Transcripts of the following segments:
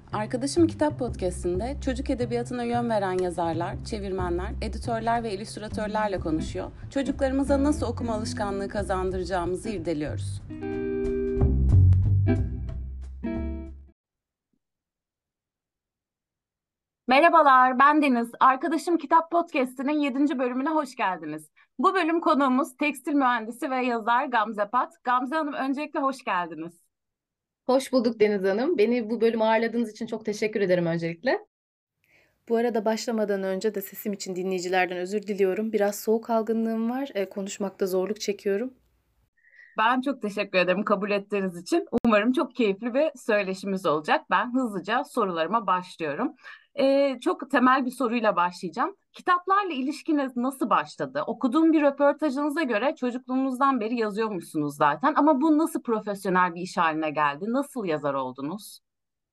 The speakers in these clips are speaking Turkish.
Arkadaşım Kitap Podcast'inde çocuk edebiyatına yön veren yazarlar, çevirmenler, editörler ve illüstratörlerle konuşuyor. Çocuklarımıza nasıl okuma alışkanlığı kazandıracağımızı irdeliyoruz. Merhabalar, ben Deniz. Arkadaşım Kitap Podcast'inin 7. bölümüne hoş geldiniz. Bu bölüm konuğumuz tekstil mühendisi ve yazar Gamze Pat. Gamze Hanım, öncelikle hoş geldiniz. Hoş bulduk Deniz Hanım. Beni bu bölüme ağırladığınız için çok teşekkür ederim öncelikle. Bu arada başlamadan önce de sesim için dinleyicilerden özür diliyorum. Biraz soğuk algınlığım var. Konuşmakta zorluk çekiyorum. Ben çok teşekkür ederim kabul ettiğiniz için. Umarım çok keyifli bir söyleşimiz olacak. Ben hızlıca sorularıma başlıyorum. Çok temel bir soruyla başlayacağım. Kitaplarla ilişkiniz nasıl başladı? Okuduğum bir röportajınıza göre çocukluğunuzdan beri yazıyormuşsunuz zaten. Ama bu nasıl profesyonel bir iş haline geldi? Nasıl yazar oldunuz?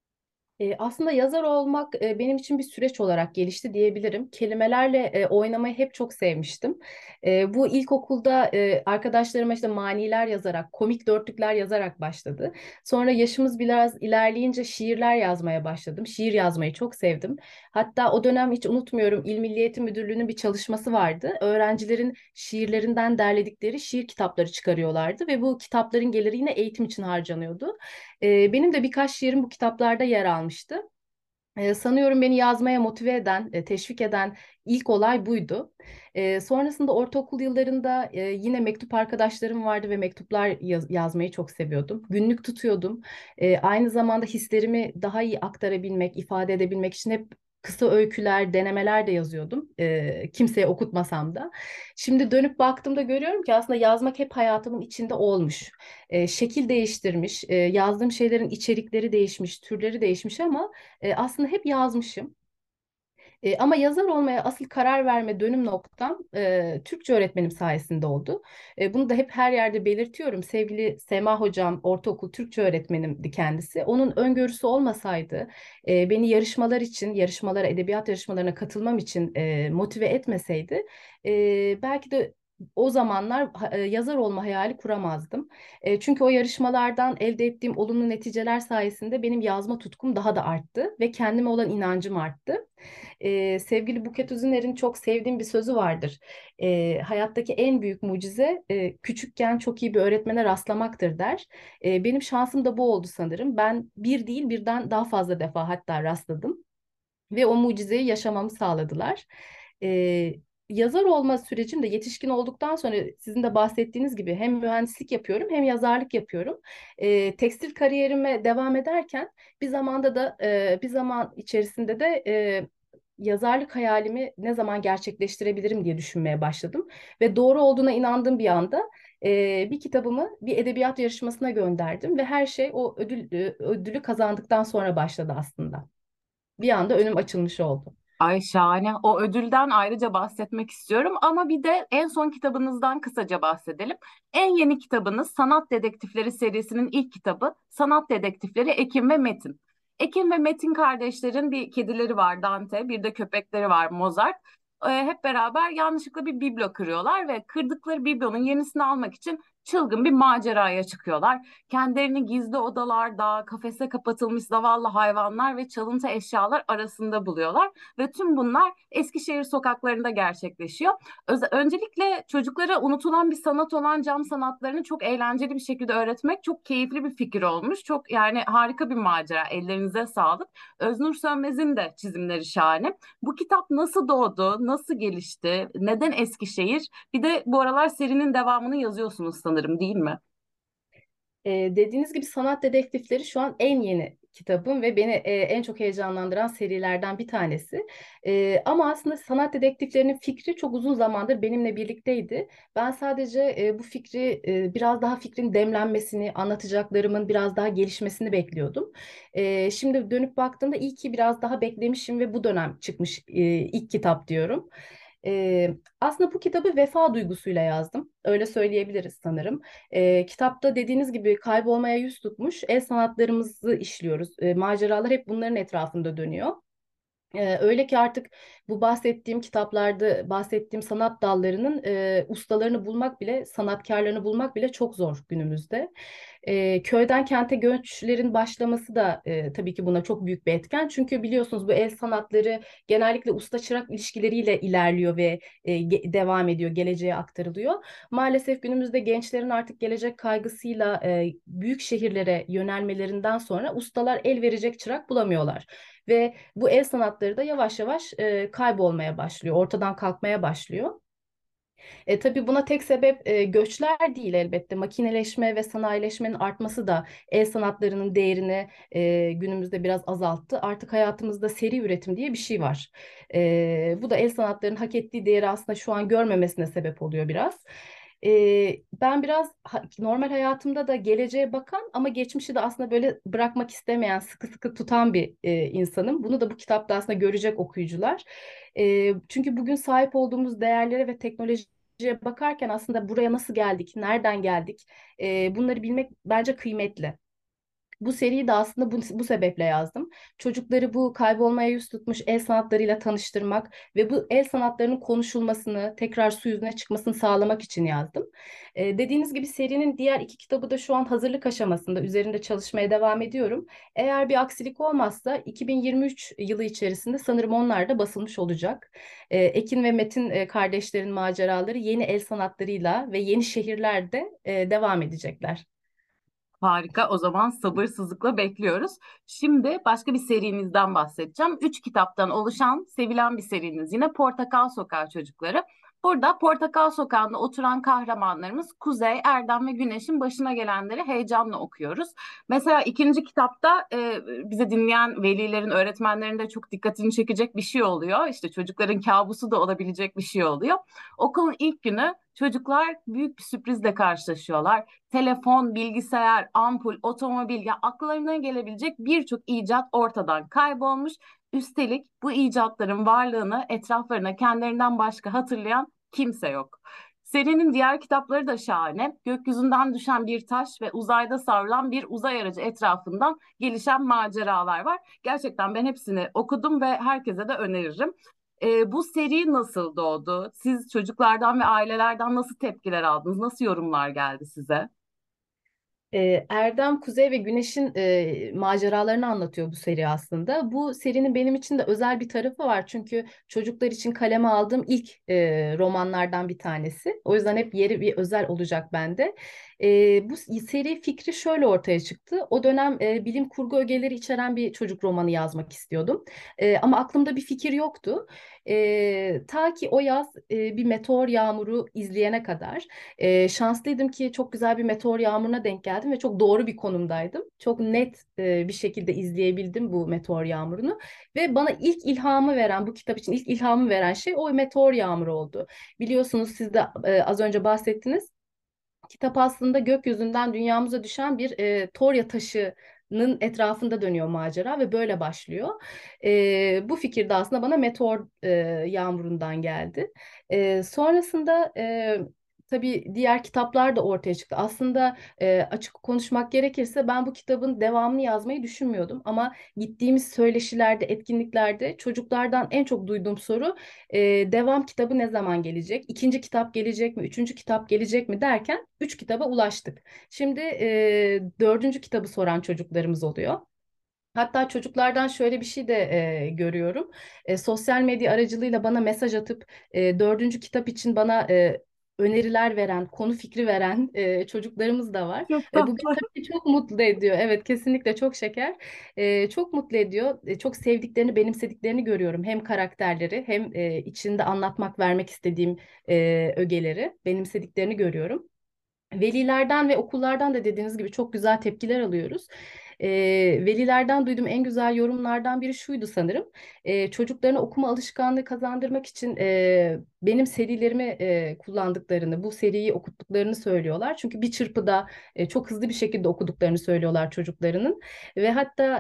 Aslında yazar olmak benim için bir süreç olarak gelişti diyebilirim. Kelimelerle oynamayı hep çok sevmiştim. Bu ilkokulda arkadaşlarıma işte maniler yazarak, komik dörtlükler yazarak başladı. Sonra yaşımız biraz ilerleyince şiirler yazmaya başladım. Şiir yazmayı çok sevdim. Hatta o dönem hiç unutmuyorum, İl Milli Eğitim Müdürlüğü'nün bir çalışması vardı. Öğrencilerin şiirlerinden derledikleri şiir kitapları çıkarıyorlardı ve bu kitapların geliri yine eğitim için harcanıyordu. Benim de birkaç şiirim bu kitaplarda yer almıştı. Sanıyorum beni yazmaya motive eden, teşvik eden ilk olay buydu. Sonrasında ortaokul yıllarında yine mektup arkadaşlarım vardı ve mektuplar yazmayı çok seviyordum. Günlük tutuyordum. Aynı zamanda hislerimi daha iyi aktarabilmek, ifade edebilmek için hep kısa öyküler, denemeler de yazıyordum. Kimseye okutmasam da. Şimdi dönüp baktığımda görüyorum ki aslında yazmak hep hayatımın içinde olmuş. Şekil değiştirmiş, yazdığım şeylerin içerikleri değişmiş, türleri değişmiş ama aslında hep yazmışım. Ama yazar olmaya asıl karar verme dönüm noktam Türkçe öğretmenim sayesinde oldu. Bunu da hep her yerde belirtiyorum. Sevgili Sema hocam, ortaokul Türkçe öğretmenimdi kendisi. Onun öngörüsü olmasaydı, beni yarışmalar için, yarışmalara, edebiyat yarışmalarına katılmam için motive etmeseydi, belki de o zamanlar yazar olma hayali kuramazdım. Çünkü o yarışmalardan elde ettiğim olumlu neticeler sayesinde benim yazma tutkum daha da arttı ve kendime olan inancım arttı. Sevgili Buket Üzüner'in çok sevdiğim bir sözü vardır. Hayattaki en büyük mucize küçükken çok iyi bir öğretmene rastlamaktır der. Benim şansım da bu oldu sanırım. Ben bir değil birden daha fazla defa hatta rastladım ve o mucizeyi yaşamamı sağladılar. Ee, Yazar olma sürecim de yetişkin olduktan sonra sizin de bahsettiğiniz gibi hem mühendislik yapıyorum hem yazarlık yapıyorum. Tekstil kariyerime devam ederken bir zaman içerisinde de yazarlık hayalimi ne zaman gerçekleştirebilirim diye düşünmeye başladım. Ve doğru olduğuna inandığım bir anda bir kitabımı bir edebiyat yarışmasına gönderdim ve her şey ödülü kazandıktan sonra başladı aslında. Bir anda önüm açılmış oldu. Ay şahane. O ödülden ayrıca bahsetmek istiyorum ama bir de en son kitabınızdan kısaca bahsedelim. En yeni kitabınız Sanat Dedektifleri serisinin ilk kitabı Sanat Dedektifleri Ekim ve Metin. Ekim ve Metin kardeşlerin bir kedileri var Dante, bir de köpekleri var Mozart. Hep beraber yanlışlıkla bir biblo kırıyorlar ve kırdıkları biblonun yenisini almak için çılgın bir maceraya çıkıyorlar. Kendilerini gizli odalarda, kafese kapatılmış zavallı hayvanlar ve çalıntı eşyalar arasında buluyorlar. Ve tüm bunlar Eskişehir sokaklarında gerçekleşiyor. Öncelikle çocuklara unutulan bir sanat olan cam sanatlarını çok eğlenceli bir şekilde öğretmek çok keyifli bir fikir olmuş. Çok yani harika bir macera. Ellerinize sağlık. Öznur Sönmez'in de çizimleri şahane. Bu kitap nasıl doğdu? Nasıl gelişti? Neden Eskişehir? Bir de bu aralar serinin devamını yazıyorsunuz sanırım, değil mi? Dediğiniz gibi Sanat Dedektifleri şu an en yeni kitabım ve beni en çok heyecanlandıran serilerden bir tanesi. Ama aslında Sanat Dedektiflerinin fikri çok uzun zamandır benimle birlikteydi. Ben sadece bu fikri biraz daha fikrin demlenmesini, anlatacaklarımın biraz daha gelişmesini bekliyordum. Şimdi dönüp baktığımda iyi ki biraz daha beklemişim ve bu dönem çıkmış ilk kitap diyorum. Aslında bu kitabı vefa duygusuyla yazdım. Öyle söyleyebiliriz sanırım. Kitapta dediğiniz gibi kaybolmaya yüz tutmuş el sanatlarımızı işliyoruz. Maceralar hep bunların etrafında dönüyor. Öyle ki artık bu bahsettiğim kitaplarda bahsettiğim sanat dallarının ustalarını bulmak bile, sanatkarlarını bulmak bile çok zor günümüzde. Köyden kente göçlerin başlaması da tabii ki buna çok büyük bir etken. Çünkü biliyorsunuz bu el sanatları genellikle usta çırak ilişkileriyle ilerliyor ve devam ediyor, geleceğe aktarılıyor. Maalesef günümüzde gençlerin artık gelecek kaygısıyla büyük şehirlere yönelmelerinden sonra ustalar el verecek çırak bulamıyorlar. Ve bu el sanatları da yavaş yavaş kaybolmaya başlıyor, ortadan kalkmaya başlıyor. Tabii buna tek sebep göçler değil elbette. Makineleşme ve sanayileşmenin artması da el sanatlarının değerini günümüzde biraz azalttı. Artık hayatımızda seri üretim diye bir şey var. Bu da el sanatlarının hak ettiği değeri aslında şu an görmemesine sebep oluyor biraz. Ben biraz normal hayatımda da geleceğe bakan ama geçmişi de aslında böyle bırakmak istemeyen, sıkı sıkı tutan bir insanım. Bunu da bu kitapta aslında görecek okuyucular. Çünkü bugün sahip olduğumuz değerlere ve teknolojiye bakarken aslında buraya nasıl geldik, nereden geldik, bunları bilmek bence kıymetli. Bu seriyi de aslında bu sebeple yazdım. Çocukları bu kaybolmaya yüz tutmuş el sanatlarıyla tanıştırmak ve bu el sanatlarının konuşulmasını, tekrar su yüzüne çıkmasını sağlamak için yazdım. Dediğiniz gibi serinin diğer iki kitabı da şu an hazırlık aşamasında. Üzerinde çalışmaya devam ediyorum. Eğer bir aksilik olmazsa 2023 yılı içerisinde sanırım onlar da basılmış olacak. Ekin ve Metin kardeşlerin maceraları yeni el sanatlarıyla ve yeni şehirlerde devam edecekler. Harika. O zaman sabırsızlıkla bekliyoruz. Şimdi başka bir serimizden bahsedeceğim. Üç kitaptan oluşan sevilen bir seriniz. Yine Portakal Sokağı Çocukları. Burada Portakal Sokağı'nda oturan kahramanlarımız Kuzey, Erdem ve Güneş'in başına gelenleri heyecanla okuyoruz. Mesela ikinci kitapta bize dinleyen velilerin, öğretmenlerin de çok dikkatini çekecek bir şey oluyor. İşte çocukların kabusu da olabilecek bir şey oluyor. Okulun ilk günü çocuklar büyük bir sürprizle karşılaşıyorlar. Telefon, bilgisayar, ampul, otomobil, ya akıllarına gelebilecek birçok icat ortadan kaybolmuş. Üstelik bu icatların varlığını etraflarına kendilerinden başka hatırlayan kimse yok. Serinin diğer kitapları da şahane. Gökyüzünden düşen bir taş ve uzayda savrulan bir uzay aracı etrafından gelişen maceralar var. Gerçekten ben hepsini okudum ve herkese de öneririm. Bu seri nasıl doğdu? Siz çocuklardan ve ailelerden nasıl tepkiler aldınız? Nasıl yorumlar geldi size? Erdem, Kuzey ve Güneş'in maceralarını anlatıyor bu seri aslında. Bu serinin benim için de özel bir tarafı var. Çünkü çocuklar için kaleme aldığım ilk romanlardan bir tanesi. O yüzden hep yeri bir özel olacak bende. Bu seri fikri şöyle ortaya çıktı. O dönem bilim kurgu ögeleri içeren bir çocuk romanı yazmak istiyordum. Ama aklımda bir fikir yoktu. Ta ki o yaz bir meteor yağmuru izleyene kadar. Şanslıydım ki çok güzel bir meteor yağmuruna denk geldim ve çok doğru bir konumdaydım. Çok net bir şekilde izleyebildim bu meteor yağmurunu ve bana ilk ilhamı veren, bu kitap için ilk ilhamı veren şey o meteor yağmuru oldu. Biliyorsunuz siz de az önce bahsettiniz. Kitap aslında gökyüzünden dünyamıza düşen bir Torya taşının etrafında dönüyor macera ve böyle başlıyor. Bu fikir de aslında bana meteor yağmurundan geldi. Sonrasında tabii diğer kitaplar da ortaya çıktı. Aslında açık konuşmak gerekirse ben bu kitabın devamını yazmayı düşünmüyordum. Ama gittiğimiz söyleşilerde, etkinliklerde çocuklardan en çok duyduğum soru devam kitabı ne zaman gelecek? İkinci kitap gelecek mi? Üçüncü kitap gelecek mi derken üç kitaba ulaştık. Şimdi dördüncü kitabı soran çocuklarımız oluyor. Hatta çocuklardan şöyle bir şey de görüyorum. Sosyal medya aracılığıyla bana mesaj atıp dördüncü kitap için bana öneriler veren, konu fikri veren çocuklarımız da var. Çok Bu beni tatlı. tabii çok mutlu ediyor. Evet, kesinlikle çok şeker. Çok mutlu ediyor. Çok sevdiklerini, benimsediklerini görüyorum. Hem karakterleri hem içinde anlatmak, vermek istediğim ögeleri, benimsediklerini görüyorum. Velilerden ve okullardan da dediğiniz gibi çok güzel tepkiler alıyoruz. Velilerden duyduğum en güzel yorumlardan biri şuydu sanırım. Çocuklarına okuma alışkanlığı kazandırmak için benim serilerimi kullandıklarını, bu seriyi okuttuklarını söylüyorlar. Çünkü bir çırpıda çok hızlı bir şekilde okuduklarını söylüyorlar çocuklarının. Ve hatta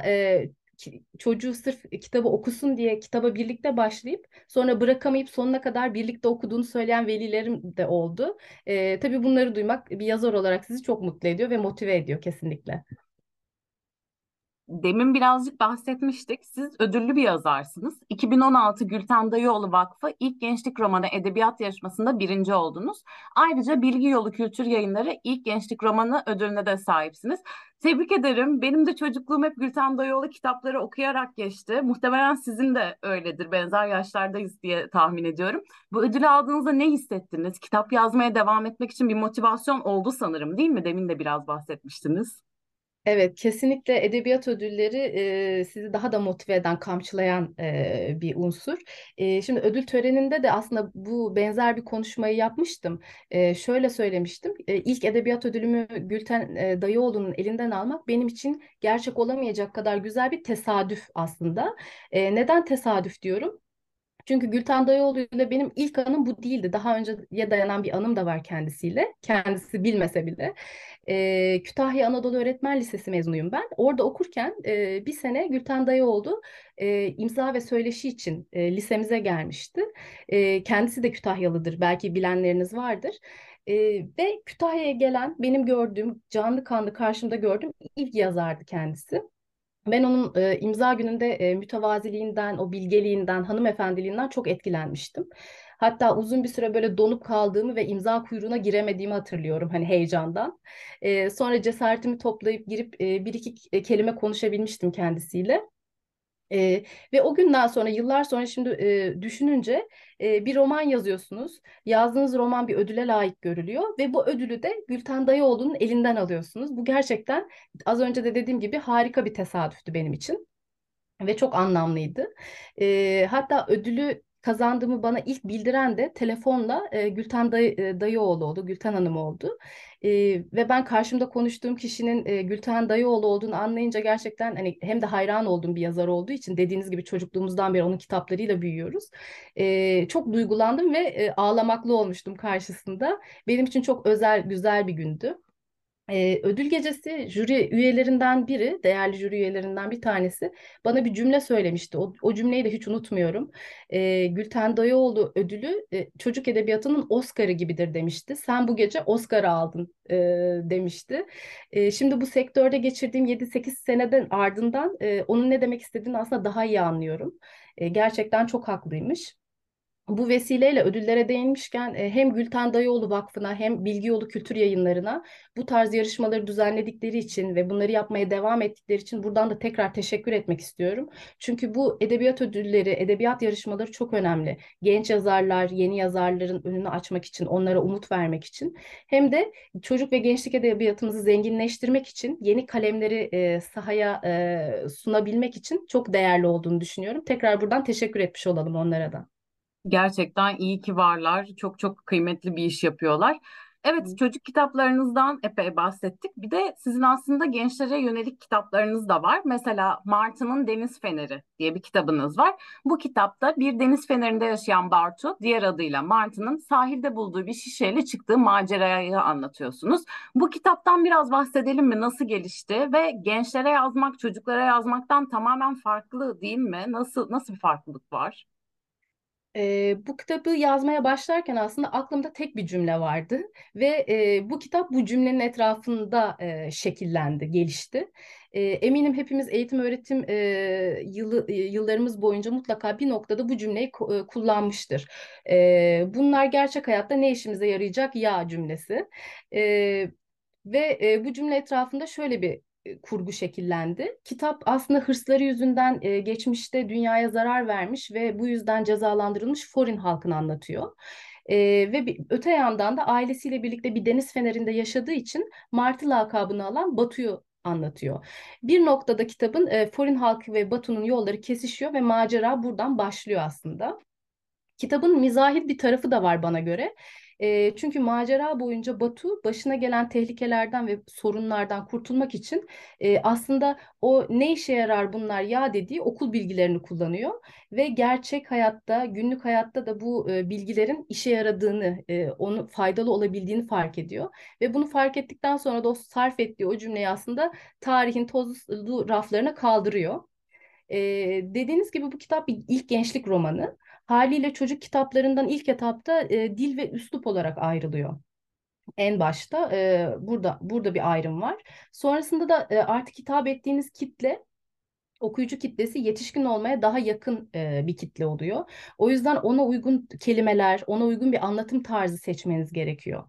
çocuğu sırf kitabı okusun diye kitaba birlikte başlayıp sonra bırakamayıp sonuna kadar birlikte okuduğunu söyleyen velilerim de oldu. Tabii bunları duymak bir yazar olarak sizi çok mutlu ediyor ve motive ediyor kesinlikle. Demin birazcık bahsetmiştik. Siz ödüllü bir yazarsınız. 2016 Gülten Dayıoğlu Vakfı İlk Gençlik Romanı Edebiyat Yarışması'nda birinci oldunuz. Ayrıca Bilgi Yolu Kültür Yayınları İlk Gençlik Romanı ödülüne de sahipsiniz. Tebrik ederim. Benim de çocukluğum hep Gülten Dayıoğlu kitapları okuyarak geçti. Muhtemelen sizin de öyledir. Benzer yaşlardayız diye tahmin ediyorum. Bu ödülü aldığınızda ne hissettiniz? Kitap yazmaya devam etmek için bir motivasyon oldu sanırım, değil mi? Demin de biraz bahsetmiştiniz. Evet, kesinlikle edebiyat ödülleri sizi daha da motive eden, kamçılayan bir unsur. Şimdi ödül töreninde de aslında bu benzer bir konuşmayı yapmıştım. Şöyle söylemiştim. İlk edebiyat ödülümü Gülten Dayıoğlu'nun elinden almak benim için gerçek olamayacak kadar güzel bir tesadüf aslında. Neden tesadüf diyorum? Çünkü Gülten Dayıoğlu ile benim ilk anım bu değildi. Daha önceye dayanan bir anım da var kendisiyle. Kendisi bilmese bile. Kütahya Anadolu Öğretmen Lisesi mezunuyum ben. Orada okurken bir sene Gülten Dayıoğlu imza ve söyleşi için lisemize gelmişti. Kendisi de Kütahyalıdır. Belki bilenleriniz vardır. E, Ve Kütahya'ya gelen benim gördüğüm, canlı kanlı karşımda gördüğüm ilk yazardı kendisi. Ben onun imza gününde mütevaziliğinden, o bilgeliğinden, hanımefendiliğinden çok etkilenmiştim. Hatta uzun bir süre böyle donup kaldığımı ve imza kuyruğuna giremediğimi hatırlıyorum hani heyecandan. Sonra cesaretimi toplayıp girip bir iki kelime konuşabilmiştim kendisiyle. Ve o günden sonra yıllar sonra şimdi düşününce bir roman yazıyorsunuz. Yazdığınız roman bir ödüle layık görülüyor ve bu ödülü de Gülten Dayıoğlu'nun elinden alıyorsunuz. Bu gerçekten az önce de dediğim gibi harika bir tesadüftü benim için ve çok anlamlıydı. Hatta ödülü kazandığımı bana ilk bildiren de telefonla Gülten Dayıoğlu oldu, Gülten Hanım oldu. Ve ben karşımda konuştuğum kişinin Gülten Dayıoğlu olduğunu anlayınca gerçekten hani hem de hayran olduğum bir yazar olduğu için dediğiniz gibi çocukluğumuzdan beri onun kitaplarıyla büyüyoruz. Çok duygulandım ve ağlamaklı olmuştum karşısında. Benim için çok özel, güzel bir gündü. Ödül gecesi jüri üyelerinden biri, değerli jüri üyelerinden bir tanesi bana bir cümle söylemişti. O cümleyi de hiç unutmuyorum. Gülten Dayıoğlu ödülü çocuk edebiyatının Oscar'ı gibidir demişti. Sen bu gece Oscar'ı aldın demişti. Şimdi bu sektörde geçirdiğim 7-8 seneden ardından onun ne demek istediğini aslında daha iyi anlıyorum. Gerçekten çok haklıymış. Bu vesileyle ödüllere değinmişken hem Gülten Dayıoğlu Vakfı'na hem Bilgi Yolu Kültür Yayınları'na bu tarz yarışmaları düzenledikleri için ve bunları yapmaya devam ettikleri için buradan da tekrar teşekkür etmek istiyorum. Çünkü bu edebiyat ödülleri, edebiyat yarışmaları çok önemli. Genç yazarlar, yeni yazarların önünü açmak için, onlara umut vermek için hem de çocuk ve gençlik edebiyatımızı zenginleştirmek için yeni kalemleri sahaya sunabilmek için çok değerli olduğunu düşünüyorum. Tekrar buradan teşekkür etmiş olalım onlara da. Gerçekten iyi ki varlar. Çok çok kıymetli bir iş yapıyorlar. Evet, çocuk kitaplarınızdan epey bahsettik. Bir de sizin aslında gençlere yönelik kitaplarınız da var. Mesela Martı'nın Deniz Feneri diye bir kitabınız var. Bu kitapta bir deniz fenerinde yaşayan Bartu, diğer adıyla Martı'nın sahilde bulduğu bir şişeyle çıktığı macerayı anlatıyorsunuz. Bu kitaptan biraz bahsedelim mi? Nasıl gelişti ve gençlere yazmak, çocuklara yazmaktan tamamen farklı değil mi? Nasıl bir farklılık var? Bu kitabı yazmaya başlarken aslında aklımda tek bir cümle vardı ve bu kitap bu cümlenin etrafında şekillendi, gelişti. Eminim hepimiz eğitim öğretim yıllarımız boyunca mutlaka bir noktada bu cümleyi kullanmıştır. Bunlar gerçek hayatta ne işimize yarayacak ya cümlesi. E, Bu cümle etrafında şöyle bir kurgu şekillendi. Kitap aslında hırsları yüzünden geçmişte dünyaya zarar vermiş ve bu yüzden cezalandırılmış Forin halkını anlatıyor. Öte yandan da ailesiyle birlikte bir deniz fenerinde yaşadığı için Martı lakabını alan Batu'yu anlatıyor. Bir noktada kitabın Forin halkı ve Batu'nun yolları kesişiyor ve macera buradan başlıyor aslında. Kitabın mizahit bir tarafı da var bana göre. Çünkü macera boyunca Batu başına gelen tehlikelerden ve sorunlardan kurtulmak için aslında o ne işe yarar bunlar ya dediği okul bilgilerini kullanıyor ve gerçek hayatta, günlük hayatta da bu bilgilerin işe yaradığını, onu faydalı olabildiğini fark ediyor ve bunu fark ettikten sonra da o sarf ettiği o cümleyi aslında tarihin tozlu raflarına kaldırıyor. Dediğiniz gibi bu kitap bir ilk gençlik romanı. Haliyle çocuk kitaplarından ilk etapta dil ve üslup olarak ayrılıyor. En başta burada bir ayrım var. Sonrasında da artık hitap ettiğiniz kitle okuyucu kitlesi yetişkin olmaya daha yakın bir kitle oluyor. O yüzden ona uygun kelimeler, ona uygun bir anlatım tarzı seçmeniz gerekiyor.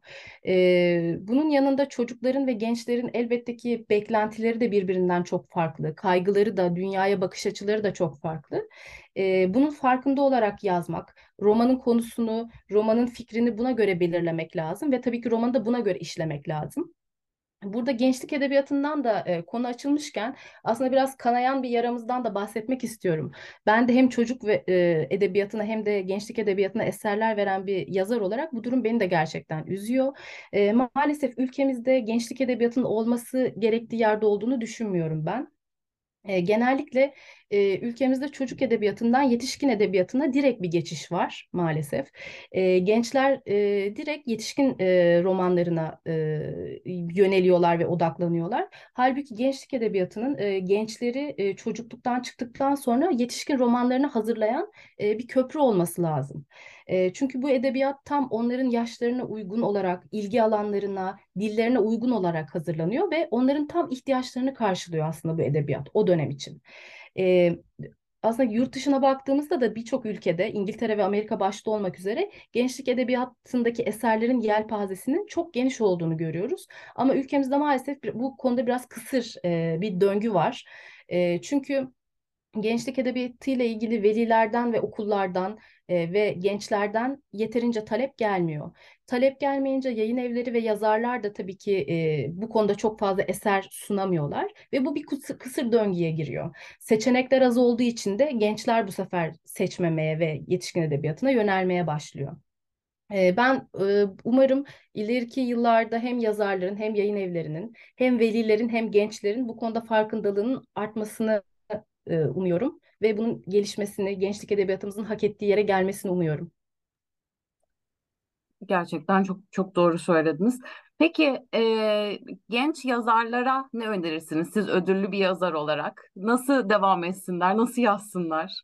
Bunun yanında çocukların ve gençlerin elbette ki beklentileri de birbirinden çok farklı. Kaygıları da, dünyaya bakış açıları da çok farklı. Bunun farkında olarak yazmak, romanın konusunu, romanın fikrini buna göre belirlemek lazım ve tabii ki romanı da buna göre işlemek lazım. Burada gençlik edebiyatından da konu açılmışken aslında biraz kanayan bir yaramızdan da bahsetmek istiyorum. Ben de hem çocuk ve edebiyatına hem de gençlik edebiyatına eserler veren bir yazar olarak bu durum beni de gerçekten üzüyor. Maalesef ülkemizde gençlik edebiyatının olması gerektiği yerde olduğunu düşünmüyorum ben. Genellikle ülkemizde çocuk edebiyatından yetişkin edebiyatına direkt bir geçiş var maalesef. Gençler direkt yetişkin romanlarına yöneliyorlar ve odaklanıyorlar. Halbuki gençlik edebiyatının gençleri çocukluktan çıktıktan sonra yetişkin romanlarını hazırlayan bir köprü olması lazım. Çünkü bu edebiyat tam onların yaşlarına uygun olarak, ilgi alanlarına, dillerine uygun olarak hazırlanıyor ve onların tam ihtiyaçlarını karşılıyor aslında bu edebiyat o dönem için. Ee, Aslında yurt dışına baktığımızda da birçok ülkede, İngiltere ve Amerika başta olmak üzere gençlik edebiyatındaki eserlerin yelpazesinin çok geniş olduğunu görüyoruz. Ama ülkemizde maalesef bu konuda biraz kısır bir döngü var. Çünkü gençlik edebiyatı ile ilgili velilerden ve okullardan ve gençlerden yeterince talep gelmiyor. Talep gelmeyince yayın evleri ve yazarlar da tabii ki bu konuda çok fazla eser sunamıyorlar ve bu bir kısır döngüye giriyor. Seçenekler az olduğu için de gençler bu sefer seçmemeye ve yetişkin edebiyatına yönelmeye başlıyor. Ben umarım ileriki yıllarda hem yazarların hem yayın evlerinin hem velilerin hem gençlerin bu konuda farkındalığının artmasını umuyorum ve bunun gelişmesini, gençlik edebiyatımızın hak ettiği yere gelmesini umuyorum. Gerçekten çok çok doğru söylediniz. Peki genç yazarlara ne önerirsiniz? Siz ödüllü bir yazar olarak nasıl devam etsinler, nasıl yazsınlar?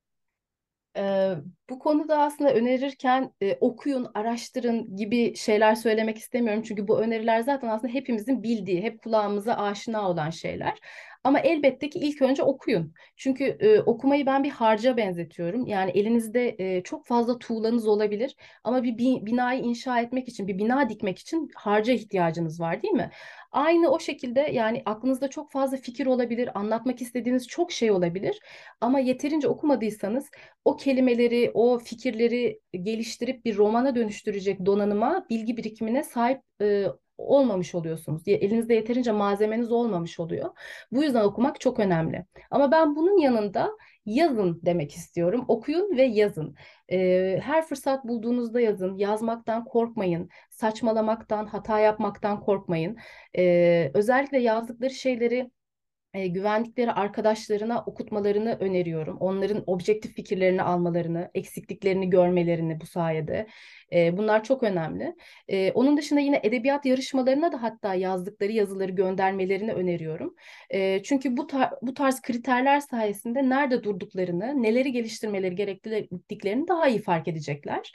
Ee, Bu konuda aslında önerirken okuyun, araştırın gibi şeyler söylemek istemiyorum. Çünkü bu öneriler zaten aslında hepimizin bildiği, hep kulağımıza aşina olan şeyler. Ama elbette ki ilk önce okuyun. Çünkü okumayı ben bir harca benzetiyorum. Yani elinizde çok fazla tuğlanız olabilir ama binayı inşa etmek için, bir bina dikmek için harca ihtiyacınız var, değil mi? Aynı o şekilde yani aklınızda çok fazla fikir olabilir, anlatmak istediğiniz çok şey olabilir. Ama yeterince okumadıysanız o kelimeleri, o fikirleri geliştirip bir romana dönüştürecek donanıma, bilgi birikimine sahip olmamış oluyorsunuz. Elinizde yeterince malzemeniz olmamış oluyor. Bu yüzden okumak çok önemli. Ama ben bunun yanında yazın demek istiyorum. Okuyun ve yazın. Her fırsat bulduğunuzda yazın. Yazmaktan korkmayın. Saçmalamaktan, hata yapmaktan korkmayın. Özellikle yazdıkları şeyleri güvendikleri arkadaşlarına okutmalarını öneriyorum. Onların objektif fikirlerini almalarını, eksikliklerini görmelerini bu sayede. Bunlar çok önemli. Onun dışında yine edebiyat yarışmalarına da hatta yazdıkları yazıları göndermelerini öneriyorum. Çünkü bu tarz kriterler sayesinde nerede durduklarını, neleri geliştirmeleri gerektirdiklerini daha iyi fark edecekler.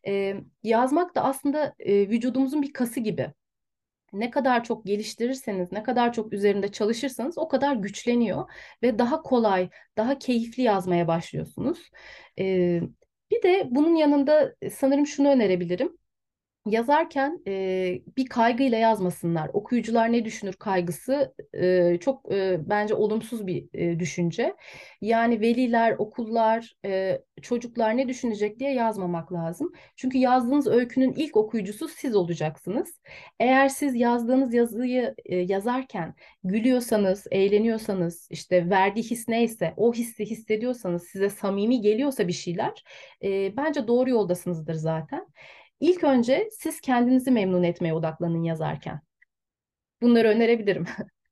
Yazmak da aslında vücudumuzun bir kası gibi. Ne kadar çok geliştirirseniz, ne kadar çok üzerinde çalışırsanız o kadar güçleniyor ve daha kolay, daha keyifli yazmaya başlıyorsunuz. Ee, Bir de bunun yanında sanırım şunu önerebilirim. Yazarken bir kaygıyla yazmasınlar. Okuyucular ne düşünür kaygısı çok bence olumsuz bir düşünce. Yani veliler, okullar, çocuklar ne düşünecek diye yazmamak lazım. Çünkü yazdığınız öykünün ilk okuyucusu siz olacaksınız. Eğer siz yazdığınız yazıyı yazarken gülüyorsanız, eğleniyorsanız, işte verdiği his neyse, o hissi hissediyorsanız, size samimi geliyorsa bir şeyler, bence doğru yoldasınızdır zaten. İlk önce siz kendinizi memnun etmeye odaklanın yazarken. Bunları önerebilirim.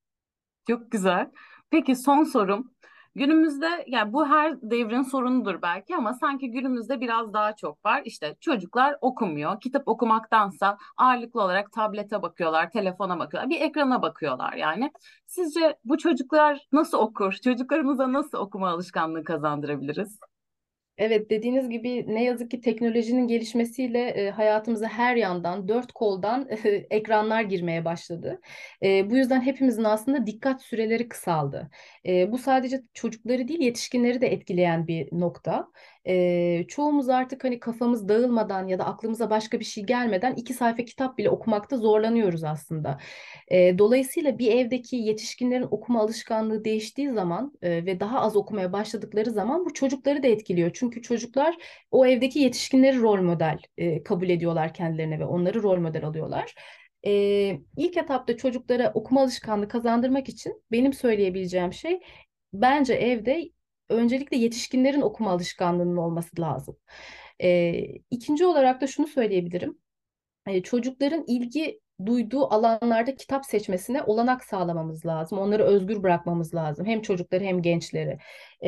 Çok güzel. Peki son sorum. Günümüzde yani bu her devrin sorunudur belki ama sanki günümüzde biraz daha çok var. İşte çocuklar okumuyor. Kitap okumaktansa ağırlıklı olarak tablete bakıyorlar, telefona bakıyorlar, bir ekrana bakıyorlar yani. Sizce bu çocuklar nasıl okur? Çocuklarımıza nasıl okuma alışkanlığı kazandırabiliriz? Evet, dediğiniz gibi ne yazık ki teknolojinin gelişmesiyle hayatımıza her yandan, dört koldan ekranlar girmeye başladı. Bu yüzden hepimizin aslında dikkat süreleri kısaldı. Bu sadece çocukları değil, yetişkinleri de etkileyen bir nokta. Çoğumuz artık hani kafamız dağılmadan ya da aklımıza başka bir şey gelmeden 2 sayfa kitap bile okumakta zorlanıyoruz aslında. Dolayısıyla bir evdeki yetişkinlerin okuma alışkanlığı değiştiği zaman ve daha az okumaya başladıkları zaman bu çocukları da etkiliyor. Çünkü çocuklar o evdeki yetişkinleri rol model kabul ediyorlar kendilerine ve onları rol model alıyorlar. İlk etapta çocuklara okuma alışkanlığı kazandırmak için benim söyleyebileceğim şey, bence evde öncelikle yetişkinlerin okuma alışkanlığının olması lazım. İkinci olarak da şunu söyleyebilirim. Çocukların ilgi duyduğu alanlarda kitap seçmesine olanak sağlamamız lazım. Onları özgür bırakmamız lazım. Hem çocukları hem gençleri.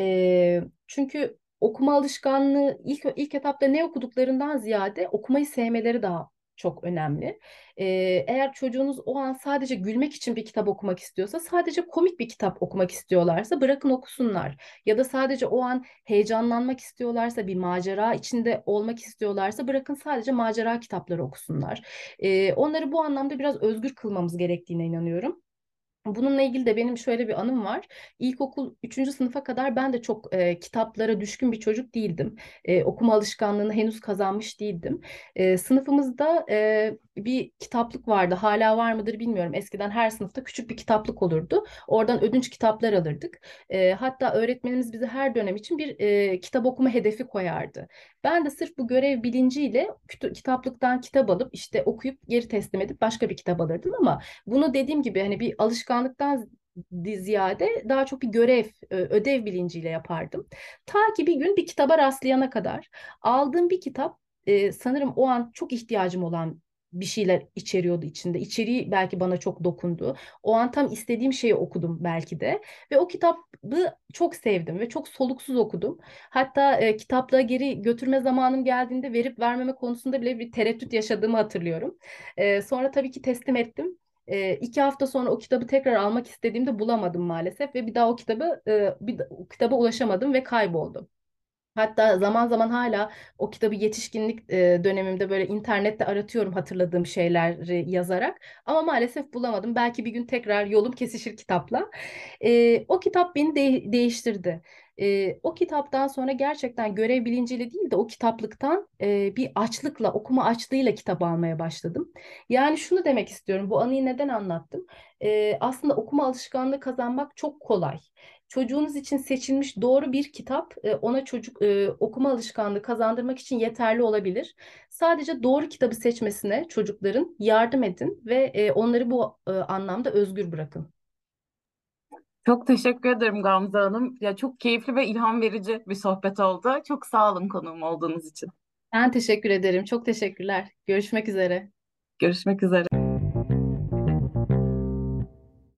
Çünkü okuma alışkanlığı ilk etapta ne okuduklarından ziyade okumayı sevmeleri daha çok önemli. Eğer çocuğunuz o an sadece gülmek için bir kitap okumak istiyorsa, sadece komik bir kitap okumak istiyorlarsa bırakın okusunlar. Ya da sadece o an heyecanlanmak istiyorlarsa, bir macera içinde olmak istiyorlarsa bırakın sadece macera kitapları okusunlar. Onları bu anlamda biraz özgür kılmamız gerektiğine inanıyorum. Bununla ilgili de benim şöyle bir anım var. İlkokul 3. sınıfa kadar ben de çok kitaplara düşkün bir çocuk değildim. Okuma alışkanlığını henüz kazanmış değildim. Sınıfımızda bir kitaplık vardı. Hala var mıdır bilmiyorum. Eskiden her sınıfta küçük bir kitaplık olurdu. Oradan ödünç kitaplar alırdık. Hatta öğretmenimiz bize her dönem için bir kitap okuma hedefi koyardı. Ben de sırf bu görev bilinciyle kitaplıktan kitap alıp işte okuyup geri teslim edip başka bir kitap alırdım, ama bunu dediğim gibi hani bir alışkanlıktan ziyade daha çok bir görev, ödev bilinciyle yapardım. Ta ki bir gün bir kitaba rastlayana kadar aldığım bir kitap sanırım o an çok ihtiyacım olan bir şeyler içeriyordu içinde. İçeriği belki bana çok dokundu. O an tam istediğim şeyi okudum belki de. Ve o kitabı çok sevdim ve çok soluksuz okudum. Hatta kitaplığı geri götürme zamanım geldiğinde verip vermeme konusunda bile bir tereddüt yaşadığımı hatırlıyorum. Sonra tabii ki teslim ettim. 2 hafta sonra o kitabı tekrar almak istediğimde bulamadım maalesef ve bir daha o kitaba ulaşamadım ve kayboldu. Hatta zaman zaman hala o kitabı yetişkinlik dönemimde böyle internette aratıyorum hatırladığım şeyleri yazarak. Ama maalesef bulamadım. Belki bir gün tekrar yolum kesişir kitapla. O kitap beni değiştirdi. O kitaptan sonra gerçekten görev bilinciyle değil de o kitaplıktan bir açlıkla, okuma açlığıyla kitap almaya başladım. Yani şunu demek istiyorum. Bu anıyı neden anlattım? Aslında okuma alışkanlığı kazanmak çok kolay. Çocuğunuz için seçilmiş doğru bir kitap ona okuma alışkanlığı kazandırmak için yeterli olabilir. Sadece doğru kitabı seçmesine çocukların yardım edin ve onları bu anlamda özgür bırakın. Çok teşekkür ederim Gamze Hanım. Ya çok keyifli ve ilham verici bir sohbet oldu. Çok sağ olun konuğum olduğunuz için. Ben teşekkür ederim. Çok teşekkürler. Görüşmek üzere. Görüşmek üzere.